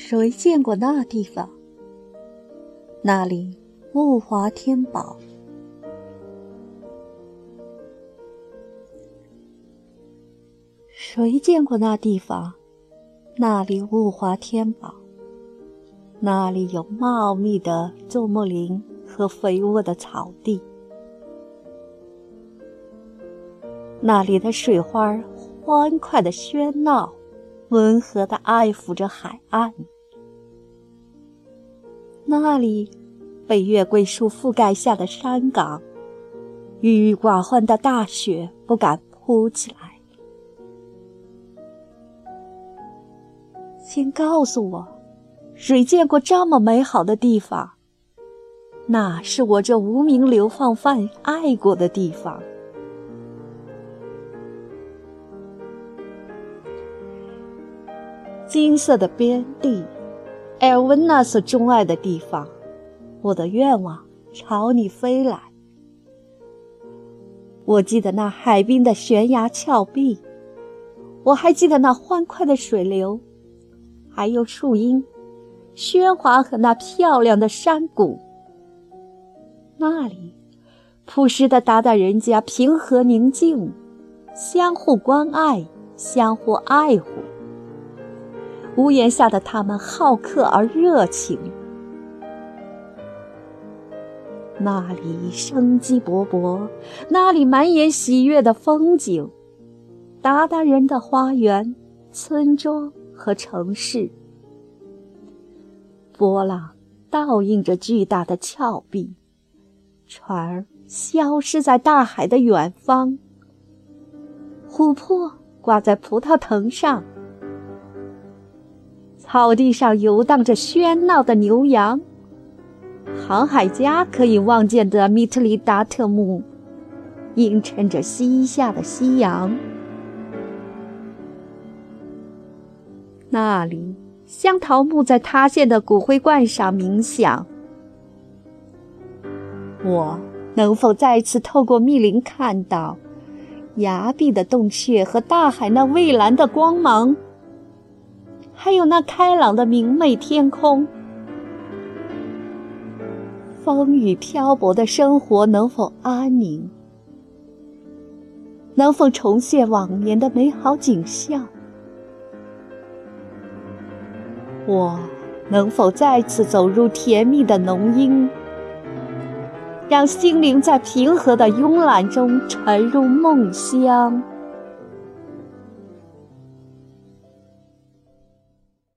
谁见过那地方？那里物华天宝。谁见过那地方？那里物华天宝。那里有茂密的周木林和肥沃的草地。那里的水花欢快的喧闹，温和地爱抚着海岸。那里被月桂树覆盖下的山岗，郁郁寡欢的大雪不敢扑起来。请告诉我，谁见过这么美好的地方？那是我这无名流放犯爱过的地方。金色的边地，埃尔温娜所钟爱的地方，我的愿望朝你飞来。我记得那海滨的悬崖峭壁，我还记得那欢快的水流，还有树荫、喧哗和那漂亮的山谷。那里朴实的鞑靼人家平和宁静，相互关爱，相互爱护。屋檐下的他们好客而热情。那里生机勃勃，那里满眼喜悦的风景，鞑靼人的花园、村庄和城市。波浪倒映着巨大的峭壁，船儿消失在大海的远方，琥珀挂在葡萄藤上，草地上游荡着喧闹的牛羊，航海家可以望见的米特里达特木映衬着西下的夕阳。那里香桃木在塌陷的骨灰罐上冥想。我能否再次透过密林看到崖壁的洞穴和大海那蔚蓝的光芒，还有那开朗的明媚天空？风雨漂泊的生活能否安宁？能否重现往年的美好景象？我能否再次走入甜蜜的浓荫，让心灵在平和的慵懒中沉入梦乡？